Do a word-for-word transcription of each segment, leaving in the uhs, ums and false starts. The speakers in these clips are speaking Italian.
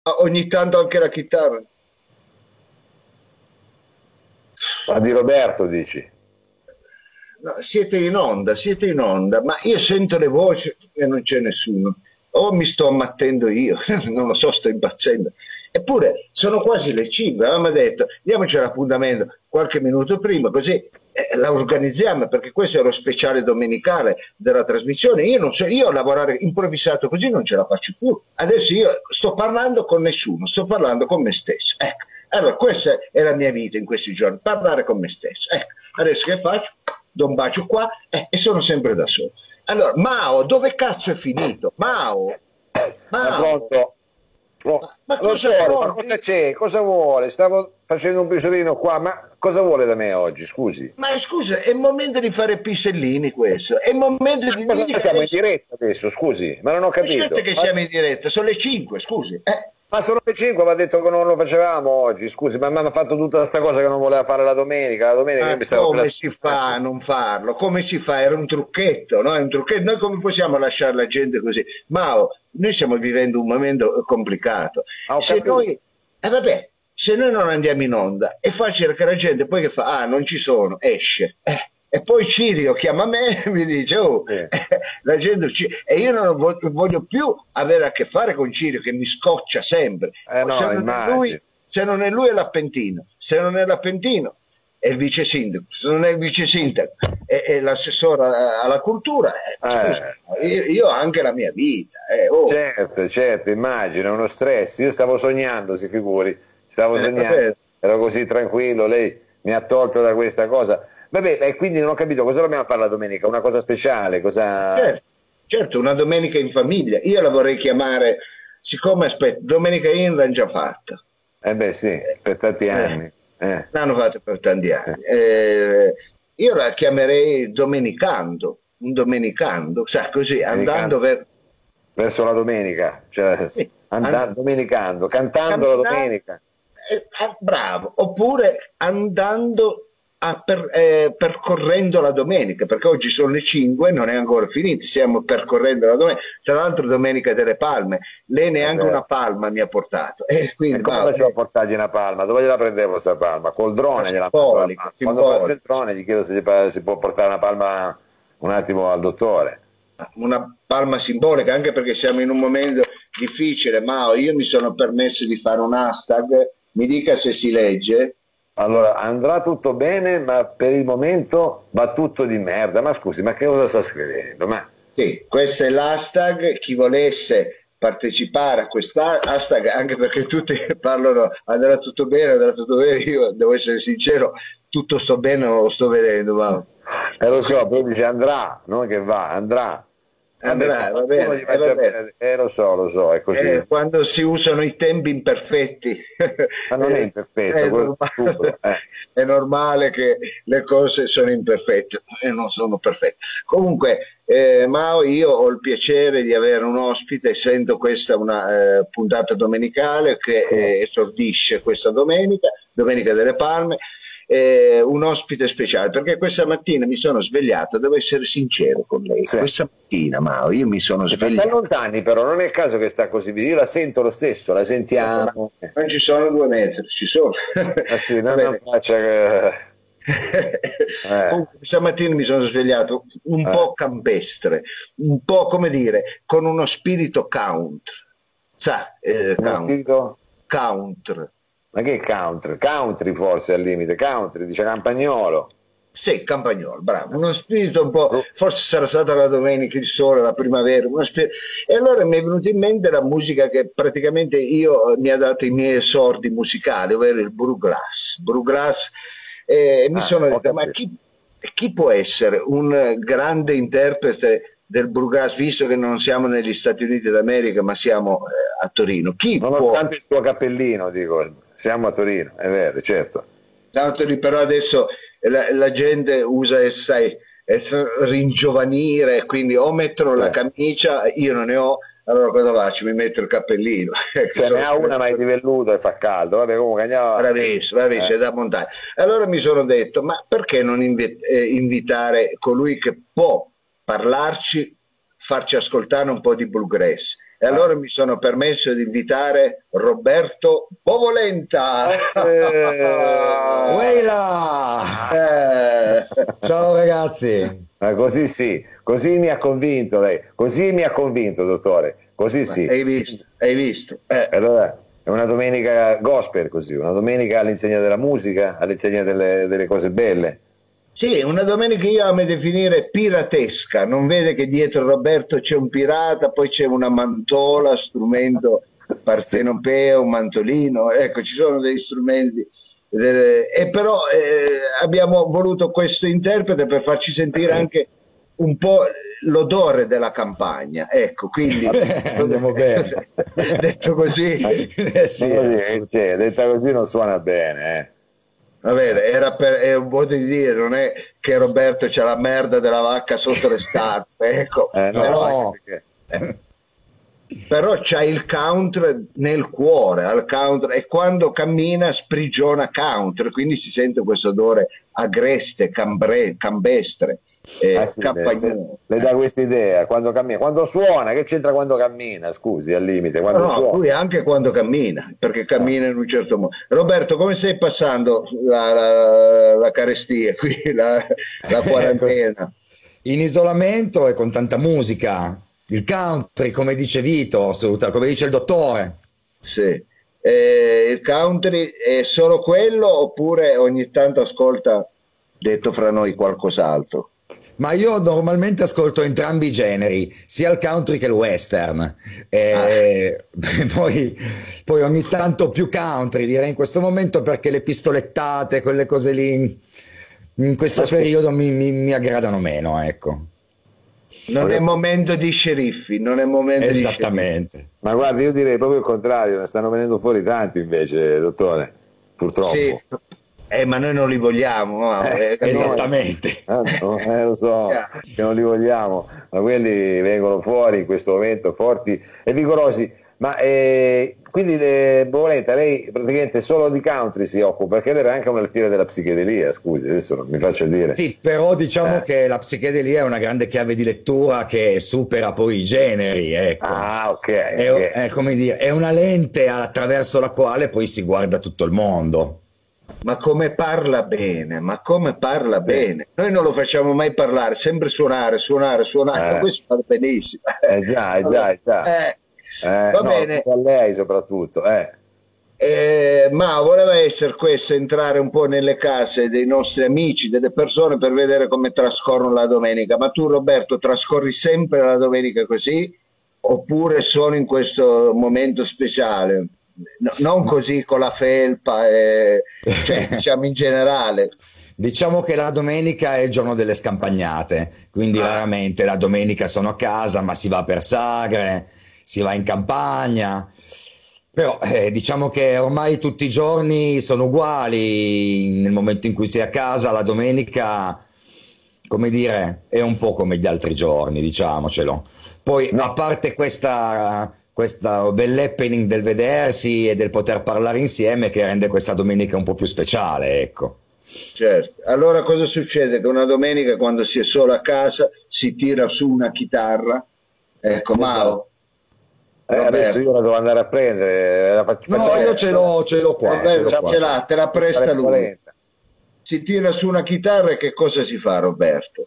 ogni tanto anche la chitarra. Ma di Roberto dici? No, siete in onda, siete in onda, ma io sento le voci e non c'è nessuno. O mi sto ammattendo io, non lo so, sto impazzendo. Eppure sono quasi le cinque, avevamo detto, diamoci l'appuntamento qualche minuto prima, così eh, la organizziamo, perché questo è lo speciale domenicale della trasmissione. Io non so, io a lavorare improvvisato così non ce la faccio più. Adesso io sto parlando con nessuno, sto parlando con me stesso. Ecco, allora questa è la mia vita in questi giorni, parlare con me stesso. Ecco, adesso che faccio? Do un bacio qua eh, e sono sempre da solo. Allora, Mao, dove cazzo è finito? Mao, Ma Mao, pronto? ma, Pro- ma cosa Dottore, ma cosa porti? c'è? Cosa vuole? Stavo facendo un pisolino qua, ma cosa vuole da me oggi? Scusi. Ma scusa, è il momento di fare pisellini questo, è il momento Ma di cosa dire che siamo in adesso... diretta adesso? Scusi, ma non ho Ma certo capito. che Ma, siamo in diretta, sono le cinque, scusi. Eh, ma sono le cinque, mi ha detto che non lo facevamo oggi. Scusi, ma mi ha fatto tutta questa cosa che non voleva fare la domenica. La domenica io ma mi stavo come si fa a rilassando. non farlo? Come si fa? Era un trucchetto, no? È un trucchetto. Noi come possiamo lasciare la gente così? Mao, noi stiamo vivendo un momento complicato. Ah, ho Se capito. noi, eh vabbè, se noi non andiamo in onda, è facile che la gente poi che fa, ah, non ci sono, esce. Eh, e poi Cirio chiama me e mi dice, oh, Sì. eh, la gente ci... E io non vo- voglio più avere a che fare con Cirio che mi scoccia sempre. Eh Se no, non è lui, immagino. se non è lui è l'Appentino, se non è l'Appentino è il vice sindaco, se non è il vice sindaco è, è l'assessore alla cultura. Eh, scusa, Eh, io, io ho anche la mia vita. Eh, oh, certo, certo, immagino, è uno stress. Io stavo sognando, si figuri, stavo eh, sognando, vabbè, ero così tranquillo, lei mi ha tolto da questa cosa. Vabbè, e quindi non ho capito cosa dobbiamo fare la domenica, una cosa speciale, cosa... certo, certo, una domenica in famiglia. Io la vorrei chiamare, siccome aspetta, Domenica In l'hanno già fatta. Eh beh sì, per tanti Eh, anni. Eh, l'hanno fatto per tanti eh. anni. Eh, io la chiamerei Domenicando, un Domenicando, sai, così, andando Domenicando, ver- verso la domenica, cioè sì, andà- an- domenicando, cantando la camminare, domenica. eh, ah, bravo, oppure andando a per- eh, percorrendo la domenica, perché oggi sono le cinque, non è ancora finito, stiamo percorrendo la domenica, tra l'altro Domenica delle Palme, lei È neanche una vero. palma mi ha portato, e E quindi come ma, facevo a eh, portargli una palma? Dove gliela prendevo sta palma? Col ma drone gliela mando la simbolica, palma. Quando passa simbolica. il drone gli chiedo se gli pa- si può portare una palma un attimo al dottore. Una palma simbolica, anche perché siamo in un momento difficile, ma io mi sono permesso di fare un hashtag, mi dica se si legge. Allora, andrà tutto bene, ma per il momento va tutto di merda. Ma scusi, ma che cosa sta scrivendo? Ma Sì, questo è l'hashtag, chi volesse partecipare a quest'hashtag, anche perché tutti parlano andrà tutto bene, andrà tutto bene, io devo essere sincero, tutto sto bene, non lo sto vedendo, ma... eh, E lo so, poi quindi dice andrà, non che va, andrà. Vabbè, ma andrà, va qualcuno bene, gli e va faccia bene. bene. Eh, lo so, lo so, è così. Eh, quando si usano i tempi imperfetti, Ma non è eh, imperfetto, è quello è normale, stupro. Eh. è normale che le cose sono imperfette e non sono perfette. Comunque, eh, Mao, io ho il piacere di avere un ospite, essendo questa una eh, puntata domenicale che Sì. eh, esordisce questa domenica, Domenica delle Palme, eh, un ospite speciale, perché questa mattina mi sono svegliato, devo essere sincero con lei, Sì. questa mattina, Mao, io mi sono Sì, ma sta svegliato. lontani però, non è il caso che sta così vicino, io la sento lo stesso, la Ma sentiamo. Eh, non ci sono due metri, ci sono. ma sì, Va non, non bene. faccia che... Eh, Comunque, stamattina mi sono svegliato un eh. po' campestre, un po' come dire, con uno spirito country. Sa, eh, Uno country. spirito? Country. Ma che country? Country forse al limite, country, dice Campagnolo. Sì, Campagnolo, bravo, uno spirito un po', Ru- forse sarà stata la domenica, il sole, la primavera, uno spirito. E allora mi è venuta in mente la musica che praticamente io eh, mi ha dato i miei esordi musicali, ovvero il Bruglass. Bruglass, e mi Ah, sono ho detto, ma capito. chi, chi può essere un eh, grande interprete del Bruglass, visto che non siamo negli Stati Uniti d'America, ma siamo eh, a Torino? Chi può? Nonostante il tuo cappellino, dico, siamo a Torino, è vero, certo. Tanto lì, però adesso la, la gente usa e sai, es- ringiovanire, quindi o mettono la Cioè, camicia, io non ne ho, allora cosa faccio? Mi metto il cappellino. Ecco, cioè, ne sono ha una ma è sempre- di velluto e fa caldo, vabbè comunque andiamo avanti. Bravissimo, bravissimo, Eh, è da montare. Allora mi sono detto, ma perché non invi- eh, invitare colui che può parlarci, farci ascoltare un po' di bluegrass? e allora mi sono permesso di invitare Roberto Bovolenta. Eh, Weila! Eh. Ciao ragazzi. Ma così sì, così mi ha convinto lei, così mi ha convinto, dottore, così sì. Hai visto, hai visto. Eh. Allora, è una domenica gospel così, una domenica all'insegna della musica, all'insegna delle, delle cose belle. Sì, una domenica io amo definire piratesca, non vede che dietro Roberto c'è un pirata, poi c'è una mantola, strumento partenopeo, un mantolino, ecco, ci sono degli strumenti, eh, e però eh, abbiamo voluto questo interprete per farci sentire anche un po' l'odore della campagna, ecco, quindi andiamo bene. detto così, Eh sì, Così, assolutamente. cioè, detta così non suona bene, eh. va bene, era per, è un modo di dire, non è che Roberto c'ha la merda della vacca sotto le scarpe, ecco, Eh, no, però, anche perché- eh, però c'ha il country nel cuore, al country, e quando cammina sprigiona country, quindi si sente questo odore agreste, cambre, campestre, eh, Ah, sì, le, campagnoso. le dà questa idea, quando cammina, quando suona, che c'entra quando cammina, scusi, al limite, quando No, no, suona. lui anche quando cammina, perché cammina in un certo modo. Roberto, come stai passando la, la, la carestia qui, la, la quarantena? In isolamento e con tanta musica. Il country, come dice Vito, assoluta- come dice il dottore. Sì. Eh, il country è solo quello oppure ogni tanto ascolta, detto fra noi, qualcos'altro? Ma io normalmente ascolto entrambi i generi, sia il country che il western. E poi, poi ogni tanto più country, direi in questo momento, perché le pistolettate, quelle cose lì, in questo periodo mi, mi- mi aggradano meno, ecco. Non è momento di sceriffi, non è momento di sceriffi. Esattamente. Ma guardi, io direi proprio il contrario, ne stanno venendo fuori tanti invece, dottore, purtroppo. Sì. Eh, ma noi non li vogliamo, no? Eh, Eh, noi- Esattamente. Eh, no, eh, lo so che non li vogliamo, ma quelli vengono fuori in questo momento forti e vigorosi. Ma eh, quindi eh, Bovolenta, lei praticamente solo di country si occupa, perché lei era anche un alfiere della psichedelia, scusi, adesso non mi faccia dire. Sì, però diciamo Eh. che la psichedelia è una grande chiave di lettura che supera poi i generi, ecco. Ah, ok. È, ok. è come dire, è una lente attraverso la quale poi si guarda tutto il mondo. Ma come parla bene, ma come parla bene. Noi non lo facciamo mai parlare, sempre suonare, suonare, suonare, Eh. questo fa benissimo. Eh già, eh già, eh già. Eh, Eh, va no, bene. a lei soprattutto, eh. Eh, ma voleva essere questo, entrare un po' nelle case dei nostri amici, delle persone, per vedere come trascorrono la domenica. Ma tu, Roberto, trascorri sempre la domenica così oppure solo in questo momento speciale? No, non così con la felpa, eh, cioè, diciamo in generale. Diciamo che la domenica è il giorno delle scampagnate, quindi Ah. raramente la domenica sono a casa, ma si va per sagre, si va in campagna. Però eh, diciamo che ormai tutti i giorni sono uguali, nel momento in cui sei a casa, la domenica, come dire, è un po' come gli altri giorni, diciamocelo. Poi, No. a parte questa, questa bell'happening del vedersi e del poter parlare insieme, che rende questa domenica un po' più speciale, ecco. Certo. Allora cosa succede? Che una domenica, quando si è solo a casa, si tira su una chitarra, ecco, Mao. Eh, adesso io la devo andare a prendere, la faccio No, faccio- io ce l'ho, ce l'ho qua. Roberto, ce l'ho qua. ce l'ha, te la presta lui. Polenta. Si tira su una chitarra e che cosa si fa, Roberto?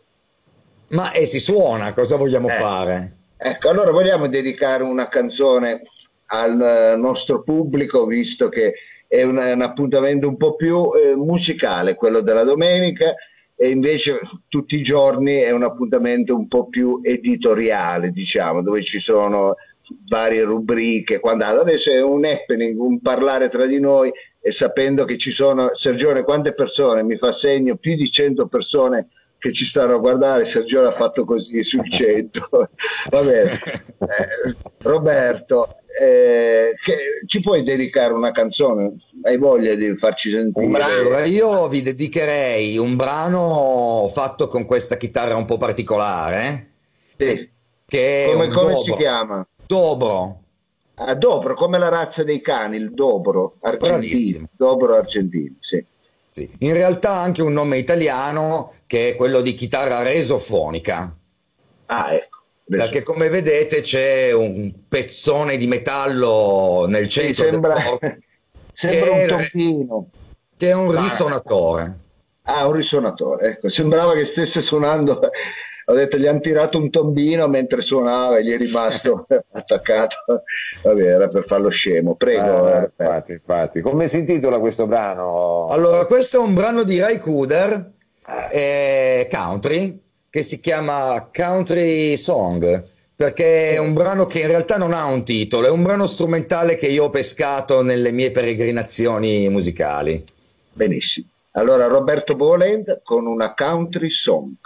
Ma e si suona, cosa vogliamo Eh. fare? Ecco, allora vogliamo dedicare una canzone al eh, nostro pubblico, visto che è un, è un appuntamento un po' più eh, musicale, quello della domenica, e invece tutti i giorni è un appuntamento un po' più editoriale, diciamo, dove ci sono varie rubriche. Quando adesso è un happening, un parlare tra di noi, e sapendo che ci sono, Sergione, quante persone? Mi fa segno, più di cento persone che ci stanno a guardare. Sergio l'ha fatto così sul cento. Va bene. Eh, Roberto, eh, che, ci puoi dedicare una canzone? Hai voglia di farci sentire? Un brano, Allora, io vi dedicherei un brano fatto con questa chitarra un po' particolare, Sì. che è Come, un come si dobro. chiama? Dobro. Ah, dobro, come la razza dei cani, il dobro argentino. Bravissimo. Dobro argentino, sì. Sì. In realtà ha anche un nome italiano che è quello di chitarra resofonica. Ah, ecco. perché come vedete c'è un pezzone di metallo nel Sì, centro sembra, del corpo sembra che un è, tombino. che è un Ma- risonatore. Ah, un risonatore, ecco, sembrava che stesse suonando. Ho detto, gli hanno tirato un tombino mentre suonava e gli è rimasto attaccato. Vabbè, era per farlo scemo. Prego, Ah, eh, Roberto. infatti, infatti. Come si intitola questo brano? Allora, questo è un brano di Ray Cooder, eh, country, che si chiama Country Song, perché è un brano che in realtà non ha un titolo, è un brano strumentale che io ho pescato nelle mie peregrinazioni musicali. Benissimo. Allora, Roberto Boland con una country song.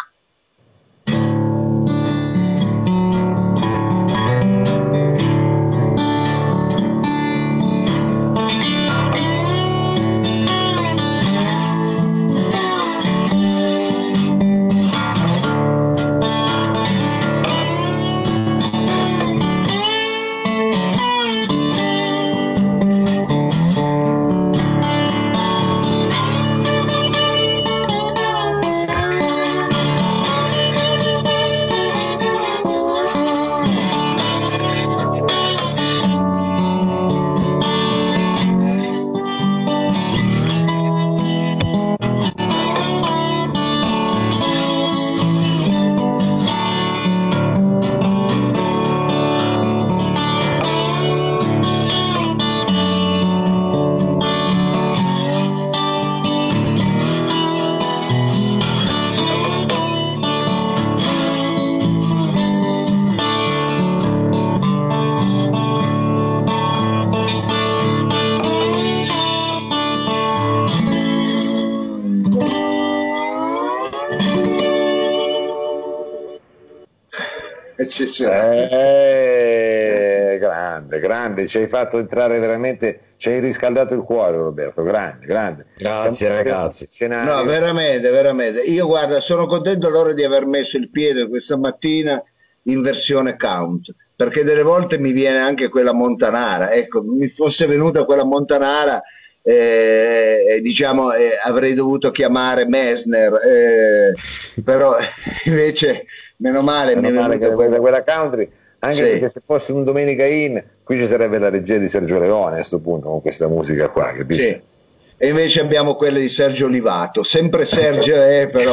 Eccezionale. Eh, grande, grande, ci hai fatto entrare veramente, ci hai riscaldato il cuore, Roberto, grande, grande. Grazie, Siamo ragazzi. in scenario. No, veramente, veramente. Io guarda, sono contento allora di aver messo il piede questa mattina in versione count, perché delle volte mi viene anche quella montanara. Ecco, mi fosse venuta quella montanara, eh, diciamo, eh, avrei dovuto chiamare Messner, eh, però invece, meno male, mi Meno è male che venuta quella, quella. quella country, anche Sì. perché se fosse un Domenica In, qui ci sarebbe la regia di Sergio Leone a questo punto con questa musica qua, capisci? Sì. E invece abbiamo quelle di Sergio Olivato, sempre Sergio è però,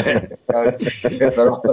però,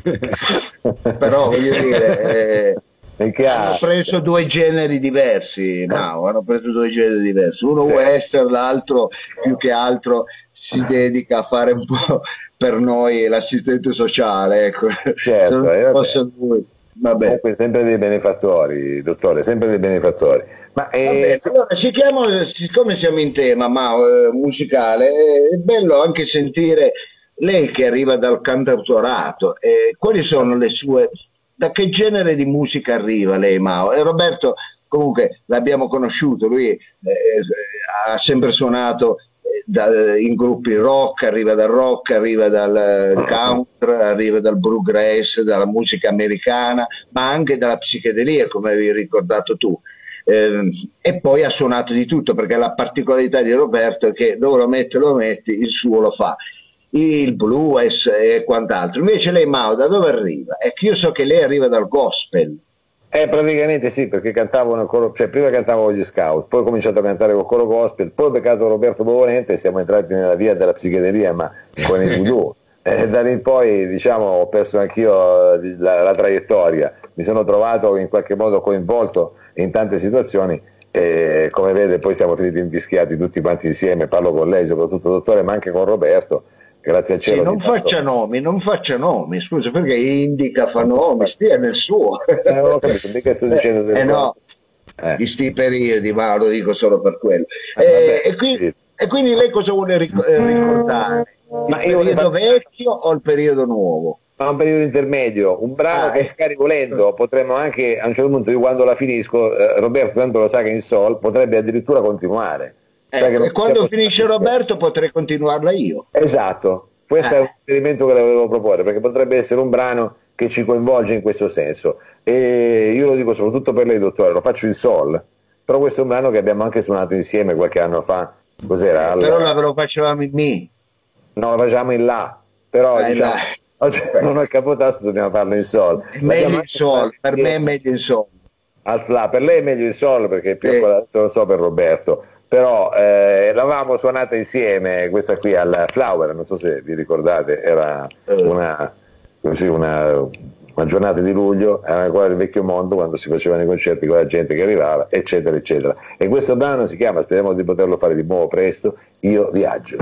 però voglio dire, eh, È chiaro. hanno preso due generi diversi, Mao, hanno preso due generi diversi, uno Sì. western, l'altro più che altro si dedica a fare un po' per noi l'assistente sociale, ecco. Certo, Se non eh, vabbè. fosse lui, vabbè. Comunque sempre dei benefattori, dottore, sempre dei benefattori. Ma Va eh, bene, allora, cerchiamo, siccome siamo in tema Mao, eh, musicale, eh, è bello anche sentire lei che arriva dal cantautorato, eh, quali sono le sue, da che genere di musica arriva lei Mao? E Roberto comunque l'abbiamo conosciuto, lui eh, ha sempre suonato eh, da- in gruppi rock, arriva dal rock, arriva dal eh, country, arriva dal bluegrass, dalla musica americana, ma anche dalla psichedelia, come avevi ricordato tu. Eh, e poi ha suonato di tutto perché la particolarità di Roberto è che dove lo metti lo metti il suo lo fa, il blues e quant'altro. Invece lei Mao da dove arriva? Ecco, io so che lei arriva dal gospel. eh, praticamente sì, perché cantavo nel coro, cioè prima cantavo con gli scout, poi ho cominciato a cantare col coro gospel, poi ho beccato Roberto Bovolente e siamo entrati nella via della psichedelia, ma con il voodoo. E da lì in poi, diciamo, ho perso anch'io la, la traiettoria, mi sono trovato in qualche modo coinvolto in tante situazioni e come vede poi siamo finiti invischiati tutti quanti insieme, parlo con lei soprattutto dottore, ma anche con Roberto, grazie al Sì, cielo. non ogni tanto- faccia nomi, non faccia nomi, scusa, perché indica, fa nomi, stia nel suo. Eh, non ho capito, mica sto dicendo delle Eh no, cose. Eh. di sti periodi, ma lo dico solo per quello. Ah, Eh, vabbè, e, quindi, sì. e quindi lei cosa vuole ric- eh, ricordare? Ma Il io volevo- periodo vecchio o il periodo nuovo? Ma un periodo intermedio, un brano Ah, che eh. magari volendo potremmo anche a un certo punto, io quando la finisco, eh, Roberto tanto lo sa che in sol potrebbe addirittura continuare. Cioè che Ecco, non e quando possiamo- finisce Roberto potrei continuarla io. Esatto, questo Eh. è un esperimento che le volevo proporre perché potrebbe essere un brano che ci coinvolge in questo senso e io lo dico soprattutto per lei dottore, lo faccio in sol, però questo è un brano che abbiamo anche suonato insieme qualche anno fa, cos'era? Eh, Alla- però la, ve lo facevamo in mi. No, lo facciamo in là, però Ah, in diciamo, là. non ho il capotasto, dobbiamo farlo in sol. È meglio in sol, per me è meglio in sol. Al fla, per lei è meglio in sol perché è più sì. Non lo so per Roberto, però eh, l'avevamo suonata insieme questa qui al Flower, non so se vi ricordate, era una, così, una, una giornata di luglio, era ancora il vecchio mondo quando si facevano i concerti con la gente che arrivava, eccetera eccetera, e questo brano si chiama, speriamo di poterlo fare di nuovo presto, Io viaggio.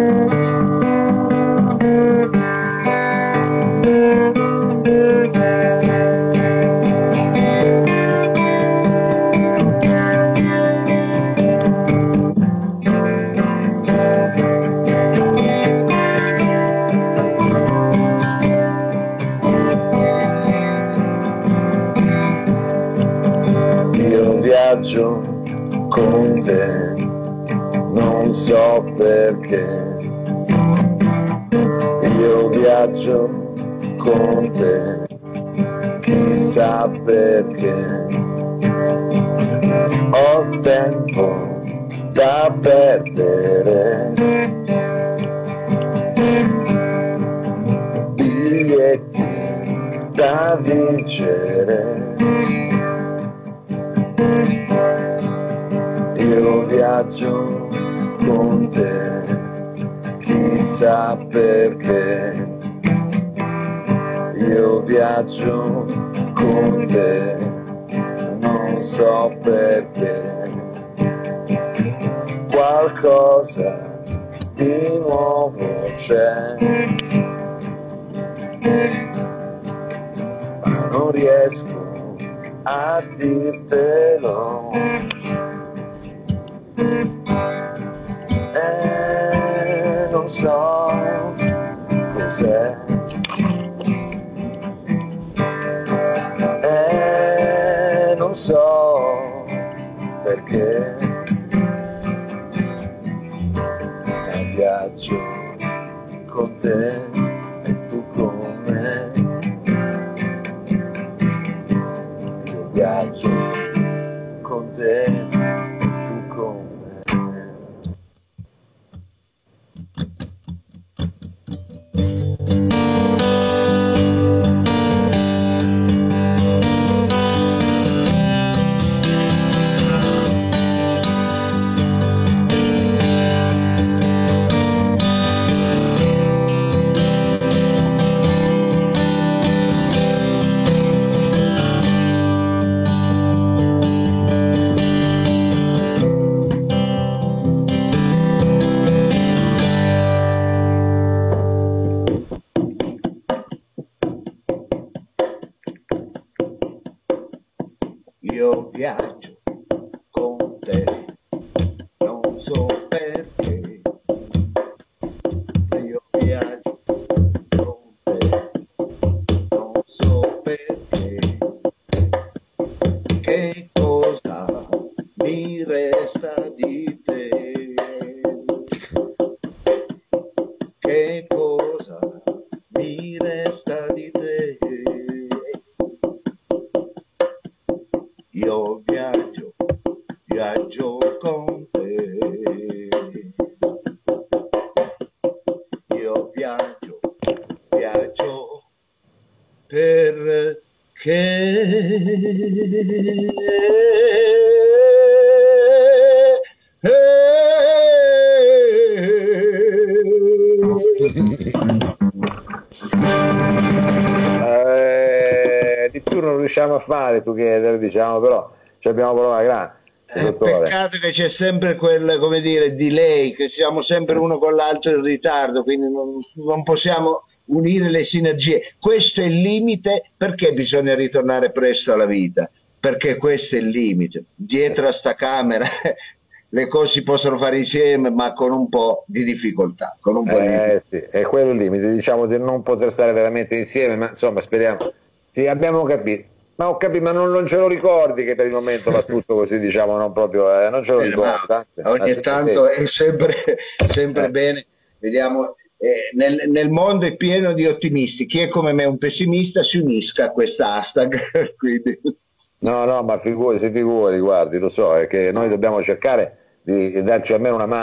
Viaggio con te, non so perché. Io viaggio con te, chissà perché. Ho tempo da perdere, biglietti da vincere. Io viaggio con te, chissà perché. Io viaggio con te, non so perché. Qualcosa di nuovo c'è, ma non riesco a dirtelo. E non so cos'è, e non so perché. E viaggio con te e tu con me. Io viaggio con te e tu con me. Io viaggio con te, non so perché. Io viaggio con te, non so perché. Che cosa mi resta di te? Che cosa mi resta di te? Io viaggio, viaggio con te. Io viaggio, viaggio perché. Eh, di più non riusciamo a fare, tu che diciamo, però ci abbiamo provato grande. Eh, peccato che c'è sempre quel, come dire, delay, che siamo sempre uno con l'altro in ritardo, quindi non, non possiamo unire le sinergie. Questo è il limite, perché bisogna ritornare presto alla vita, perché questo è il limite. Dietro a sta camera le cose si possono fare insieme, ma con un po' di difficoltà. Con un po' eh, di... sì, è quello il limite, diciamo, di non poter stare veramente insieme, ma insomma speriamo. Sì, abbiamo capito. Ma ho capito, ma non, non ce lo ricordi che per il momento va tutto così, diciamo, non proprio, eh, non ce lo ricordo. Ogni tanto è sempre, sempre eh. bene, vediamo, eh, nel, nel mondo è pieno di ottimisti, chi è come me un pessimista si unisca a questa hashtag. Quindi... No, no, ma figuri, si figuri, guardi, lo so, è che noi dobbiamo cercare di darci almeno una mano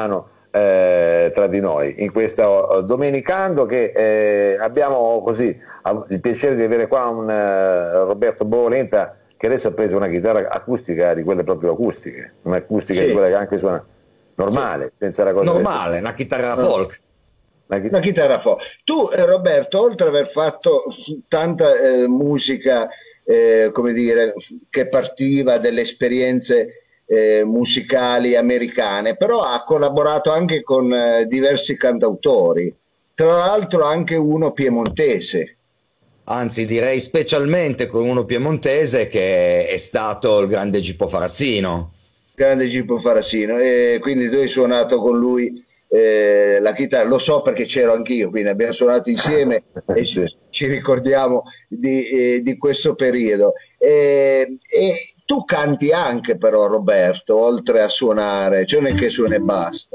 eh, tra di noi in questo domenicando che eh, abbiamo così il piacere di avere qua un uh, Roberto Bovolenta che adesso ha preso una chitarra acustica di quelle proprio acustiche, un'acustica sì. di quella che anche suona normale, sì. senza la cosa normale, una chitarra no. folk. Una chitarra, una chitarra folk. Tu eh, Roberto, oltre ad aver fatto tanta eh, musica eh, come dire, che partiva delle esperienze eh, musicali americane, però ha collaborato anche con eh, diversi cantautori, tra l'altro anche uno piemontese. Anzi, direi specialmente con uno piemontese che è stato il grande Gippo Farassino. Grande Gippo Farassino, e quindi tu hai suonato con lui eh, la chitarra, lo so perché c'ero anch'io, quindi abbiamo suonato insieme e ci, ci ricordiamo di, eh, di questo periodo. E, e tu canti anche però, Roberto, oltre a suonare, cioè non è che suoni e basta.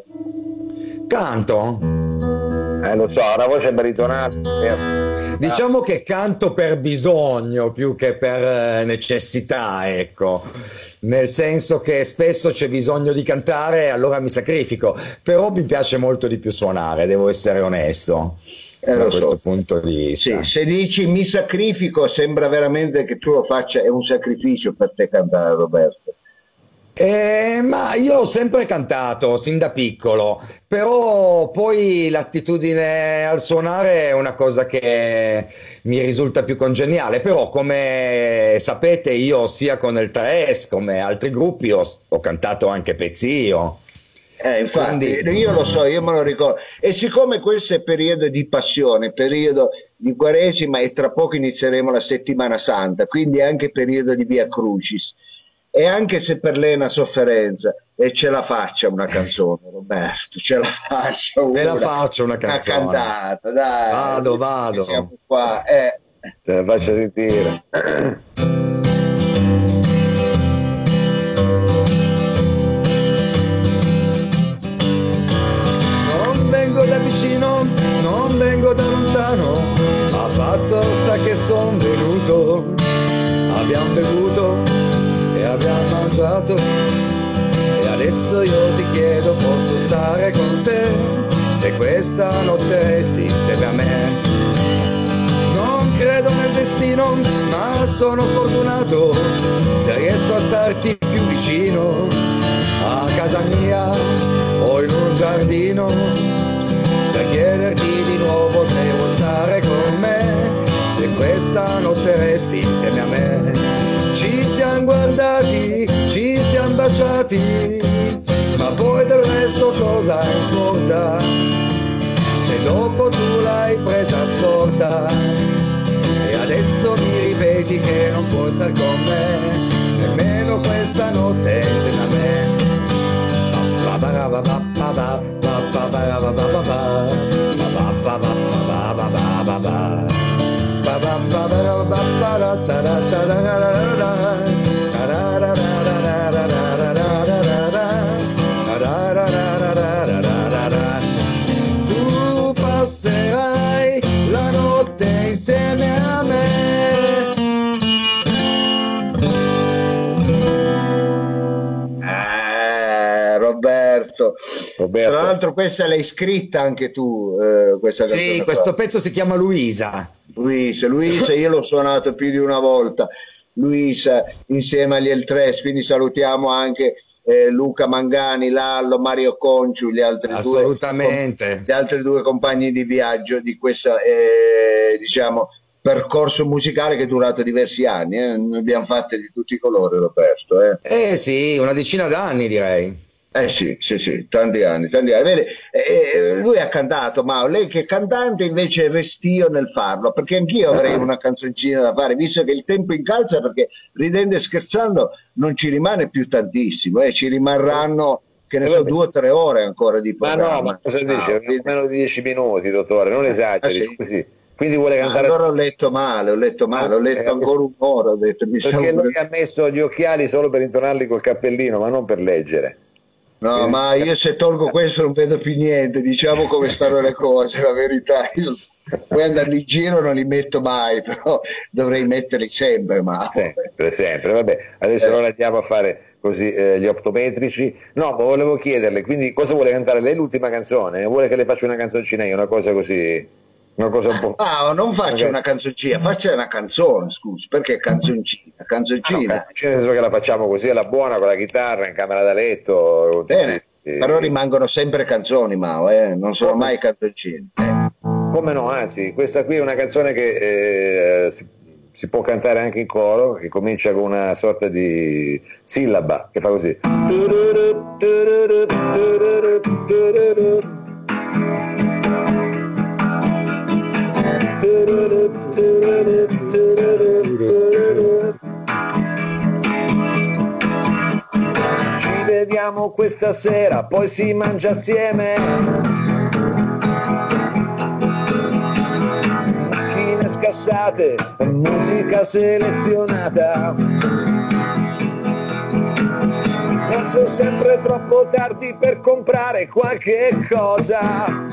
Canto? Eh, lo so, una voce baritonata. Diciamo che canto per bisogno più che per necessità, ecco, nel senso che spesso c'è bisogno di cantare e allora mi sacrifico, però mi piace molto di più suonare, devo essere onesto eh, da lo questo so. punto di vista. Sì, se dici mi sacrifico sembra veramente che tu lo faccia, è un sacrificio per te cantare, Roberto. Eh, ma io ho sempre cantato sin da piccolo, però poi l'attitudine al suonare è una cosa che mi risulta più congeniale, però come sapete io sia con il tre S come altri gruppi ho, ho cantato anche pezzi io. Eh, infatti, Quindi... io lo so, io me lo ricordo. E siccome questo è periodo di passione, periodo di Quaresima e tra poco inizieremo la settimana santa, quindi è anche periodo di Via Crucis. E anche se per lei è una sofferenza, e ce la faccia una canzone, Roberto, ce la faccia una, Te la faccio una canzone. Una cantata, dai. Vado, vado. Siamo qua, eh. Te la faccio sentire. Non vengo da vicino, non vengo da lontano, ma fatto sta che son venuto, abbiamo bevuto e abbiamo mangiato e adesso io ti chiedo posso stare con te se questa notte resti insieme a me. Non credo nel destino ma sono fortunato se riesco a starti più vicino a casa mia o in un giardino per chiederti di nuovo se vuoi stare con me se questa notte resti insieme a me. Ci siamo guardati, ci siamo baciati, ma poi del resto cosa importa? Se dopo tu l'hai presa storta e adesso mi ripeti che non puoi star con me, nemmeno questa notte insieme a me. Tu passerai la notte insieme a me. Eh, Roberto. Roberto. Tra l'altro questa l'hai scritta anche tu, eh, questa Sì, canzone questo qua. pezzo si chiama Luisa. Luisa, Luisa, io l'ho suonato più di una volta, Luisa insieme agli El Tres, quindi salutiamo anche eh, Luca Mangani, Lallo, Mario Conciu, gli altri, Assolutamente. due, gli altri due compagni di viaggio di questo eh, diciamo, percorso musicale che è durato diversi anni, eh. Ne abbiamo fatte di tutti i colori, Roberto. Eh, eh sì, una decina d'anni direi. Eh sì, sì, sì, tanti anni, tanti anni. Vedi, eh, lui ha cantato, ma lei che è cantante invece è restio nel farlo, perché anch'io avrei una canzoncina da fare, visto che il tempo incalza, perché ridendo e scherzando non ci rimane più tantissimo, eh, ci rimarranno, che ne so, due o tre ore ancora di programma. Ma no, ma cosa dice? Ah, meno di dieci minuti, dottore, non esageri, ah, sì. Così. Quindi vuole cantare. Allora ho letto male, ho letto male, ho letto ancora un'ora, ho detto, mi perché lui ha messo gli occhiali solo per intonarli col cappellino, ma non per leggere. No, ma io se tolgo questo non vedo più niente, diciamo come stanno le cose, la verità. Io Poi andando in giro non li metto mai, però dovrei metterli sempre, ma sempre, sempre. Vabbè, adesso eh. non andiamo a fare così eh, gli optometrici. No, ma volevo chiederle, quindi cosa vuole cantare lei l'ultima canzone? Vuole che le faccia una canzoncina io, una cosa così, una cosa un po'... Ah, non faccia okay. una canzoncina, faccia una canzone, scusi, perché canzoncina? Canzoncina? Ah, no, nel senso che la facciamo così alla buona, con la chitarra, in camera da letto. Bene, tutti, però rimangono sempre canzoni, Mao, eh? Non sono mai canzoncine. Eh. Come no, anzi, questa qui è una canzone che eh, si, si può cantare anche in coro, che comincia con una sorta di sillaba, che fa così. Ci vediamo questa sera, poi si mangia assieme. Macchine scassate, musica selezionata. Alzo sempre troppo tardi per comprare qualche cosa.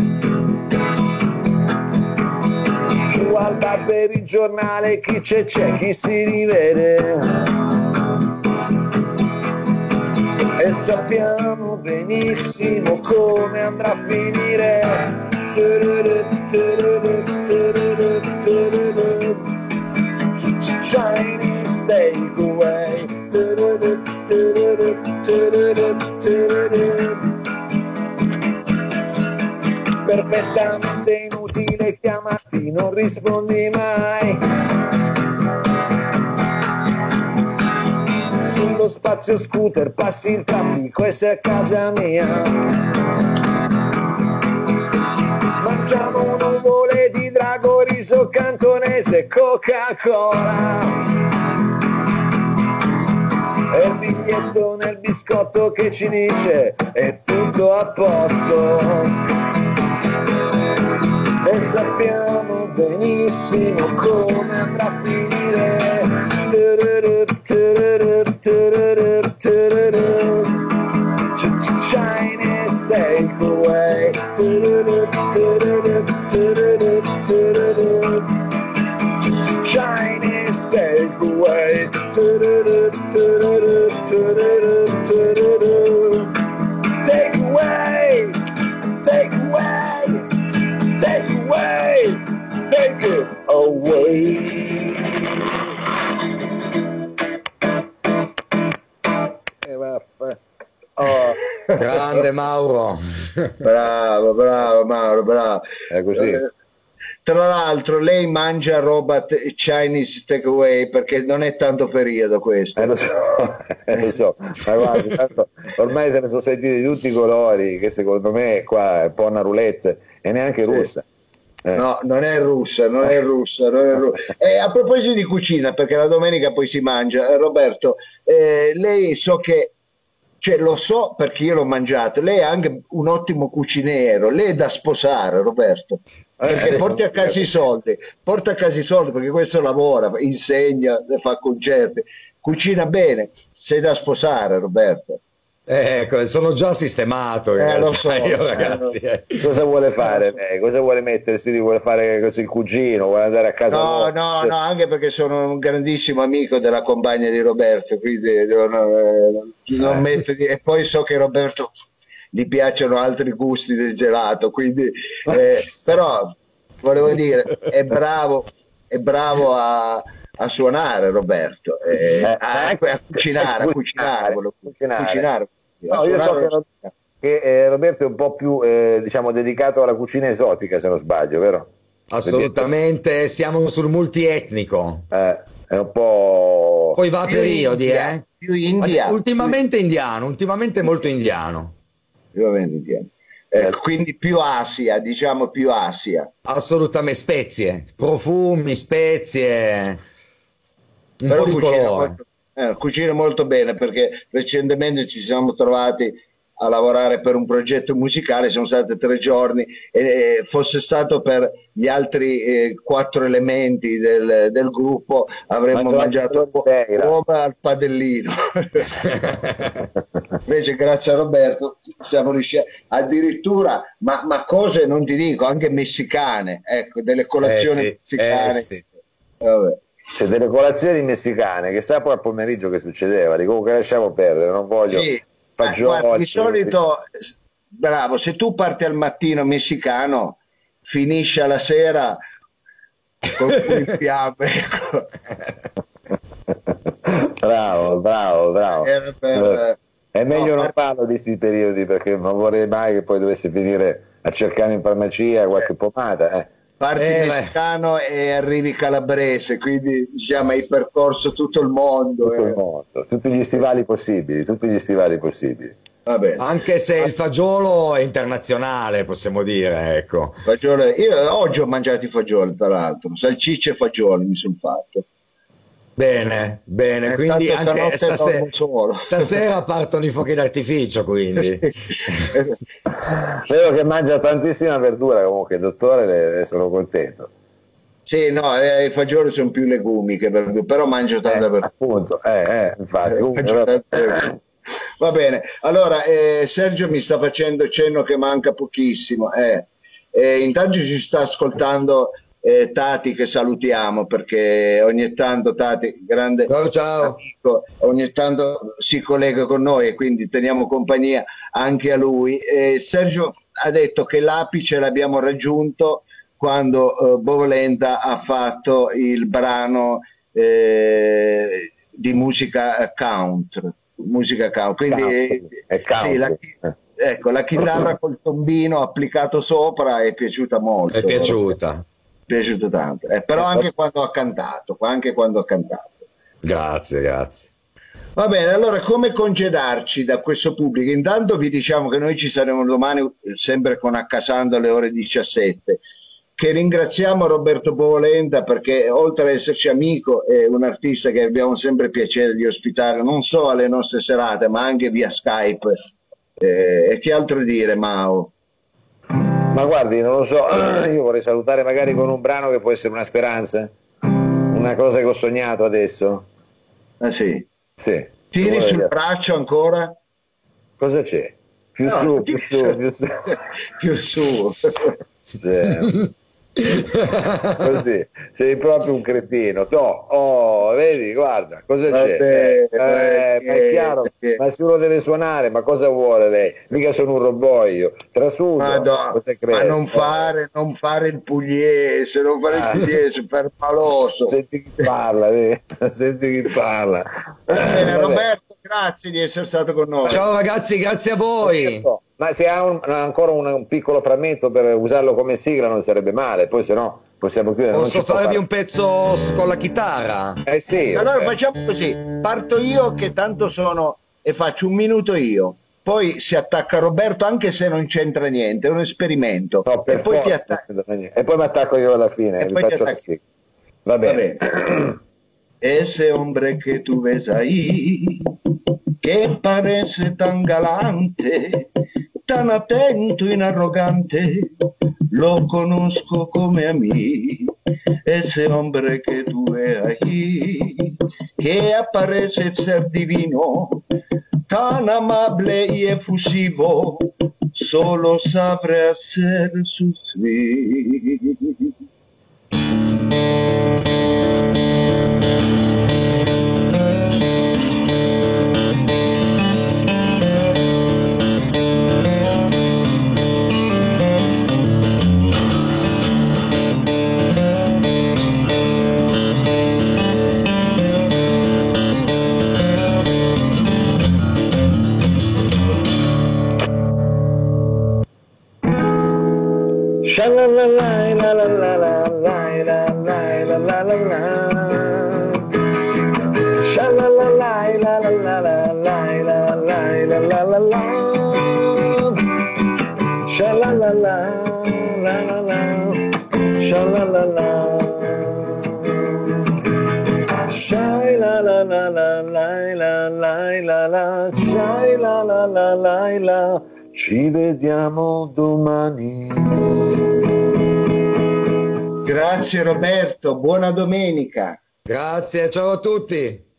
Giù al bar per il giornale, chi c'è c'è, chi si rivede. E sappiamo benissimo come andrà a finire. Chinese takeaway. Perfettamente inutile chiamarti, non rispondi mai. Sullo spazio scooter passi il traffico e sei a casa mia. Mangiamo nuvole di drago, riso cantonese e Coca-Cola. E il biglietto nel biscotto che ci dice è tutto a posto. E sappiamo benissimo come andrà a finire. Chinese takeaway. Chinese takeaway. Take away, take away, take away, take it away. Oh, grande Mauro. Bravo, bravo Mauro, bravo. È così. Eh, tra l'altro lei mangia roba t- Chinese takeaway perché non è tanto periodo questo. Eh, lo so, eh, lo so. Ma guarda, tanto, ormai se ne sono sentiti di tutti i colori, che secondo me qua è un po' una roulette e neanche russa. Eh. No, non è russa, non è russa, non è russa. E a proposito di cucina, perché la domenica poi si mangia, Roberto, eh, lei so che, cioè lo so perché io l'ho mangiato, lei è anche un ottimo cuciniero, lei è da sposare, Roberto, perché porti a casa i soldi, porta a casa i soldi perché questo lavora, insegna, fa concerti, cucina bene, sei da sposare, Roberto. Ecco, sono già sistemato in eh, realtà, lo so, io, ragazzi. Eh, lo... Cosa vuole fare lei? Cosa vuole mettersi? Vuole fare così il cugino? Vuole andare a casa? No, no, no, anche perché sono un grandissimo amico della compagna di Roberto, quindi non, eh, non eh. metto di... e poi so che Roberto gli piacciono altri gusti del gelato, quindi eh, però volevo dire, è bravo, è bravo a a suonare Roberto, eh, eh, a, a cucinare, a cucinare, cucinare. cucinare. No, io so che, che eh, Roberto è un po' più eh, diciamo dedicato alla cucina esotica, se non sbaglio, vero? Assolutamente, siamo sul multietnico. Eh, è un po'... Poi va a periodi, India, eh? Più India. Ultimamente indiano, ultimamente molto indiano. Ultimamente indiano. Eh, quindi più Asia, diciamo più Asia. Assolutamente, spezie, profumi, spezie... Un Però po' di cucina colore. molto, eh, cucina molto bene perché recentemente ci siamo trovati a lavorare per un progetto musicale, sono state tre giorni e e fosse stato per gli altri eh, quattro elementi del, del gruppo avremmo mangiato Roma al padellino. Invece grazie a Roberto siamo riusciti addirittura, ma, ma cose non ti dico, anche messicane, ecco, delle colazioni eh sì, messicane. Eh sì. Vabbè. C'è delle colazioni messicane che sa poi al pomeriggio che succedeva, dico comunque lasciamo perdere, non voglio Sì, fagioli, guarda, di solito, bravo, se tu parti al mattino messicano, finisce alla sera con il fiamme. Ecco. Bravo, bravo, bravo. Era per, È meglio no, non per... farlo di questi periodi perché non vorrei mai che poi dovesse finire a cercare in farmacia qualche pomata. Eh. Parti Eh, messicano e arrivi calabrese, quindi diciamo hai percorso tutto il mondo. Tutto eh. il mondo, tutti gli stivali possibili, tutti gli stivali possibili. Va bene. Anche se il fagiolo è internazionale, possiamo dire, ecco. Fagiole, io oggi ho mangiato i fagioli, tra l'altro, salsicce e fagioli mi sono fatto. Bene, bene, Eh, quindi tanto anche stanotte stase- dormo solo. stasera partono i fuochi d'artificio, quindi. Vedo che mangia tantissima verdura comunque, dottore, ne, ne sono contento. Sì, no, eh, i fagioli sono più legumi che verdure, però mangio tanta Eh, verdura. appunto, eh, eh, infatti. Eh, comunque, mangio tanta verdura. Va bene, allora eh, Sergio mi sta facendo cenno che manca pochissimo. Eh. Eh, intanto ci sta ascoltando eh, Tati, che salutiamo perché ogni tanto Tati, grande Ciao, ciao. amico, ogni tanto si collega con noi e quindi teniamo compagnia anche a lui. Eh, Sergio ha detto che l'apice l'abbiamo raggiunto quando eh, Bovolenda ha fatto il brano eh, di musica country. Musica country, quindi Country, è sì, country. la, ecco, la chitarra col tombino applicato sopra è piaciuta molto. È piaciuta. È piaciuto tanto, eh, però anche quando ha cantato, anche quando ha cantato. Grazie, grazie. Va bene, allora come congedarci da questo pubblico? Intanto vi diciamo che noi ci saremo domani sempre con Accasando alle ore diciassette, che ringraziamo Roberto Bovolenda perché oltre ad esserci amico è un artista che abbiamo sempre piacere di ospitare non solo alle nostre serate ma anche via Skype. Eh, e che altro dire, Mao? Ma guardi, non lo so, io vorrei salutare magari con un brano che può essere una speranza, una cosa che ho sognato adesso. Ah sì? Sì. Tiri sul braccio ancora? Cosa c'è? Più No, su, più su, più su. Più su. Cioè, così, sei proprio un cretino. To, oh, vedi, guarda, cosa c'è? Vabbè, Eh, eh, ma è chiaro, perché- ma se uno deve suonare, ma cosa vuole lei? Mica sono un robot io, trasudo, Madonna, cosa ma crede? non fare, non fare il pugliese, non fare Ah. il pugliese per maloso. Senti chi parla, vedi? Senti chi parla. Va bene, Vabbè. Roberto, grazie di essere stato con noi. Ciao ragazzi, grazie a voi. Ma se ha un- ancora un, un piccolo frammento per usarlo come sigla non sarebbe male, poi se no possiamo chiudere. non Posso si può farvi fare. un pezzo s- con la chitarra? Eh sì, Allora ok. facciamo così, parto io che tanto sono e faccio un minuto io, poi si attacca Roberto anche se non c'entra niente, è un esperimento. No, per e poi ti forza, attacca. e poi mi attacco io alla fine, E vi poi ti faccio la attacchi. sigla. Va Va bene. bene. Ese hombre que tú ves ahí, que parece tan galante, tan atento y arrogante, lo conozco come a mí. Ese hombre que tú ves ahí, que aparece ser divino, tan amable y efusivo, solo sabe hacer sufrir. Sha-la-la-la, la-la-la-la, la-la-la-la, la-la-la-la. Sha-la-la-la, la-la-la-la, la-la-la-la. Sha-la-la-la, la-la-la, sha-la-la-la. Sha-la-la-la, la la la la la la, shai la la la la la. Ci vediamo domani. Grazie Roberto, buona domenica. Grazie, ciao a tutti.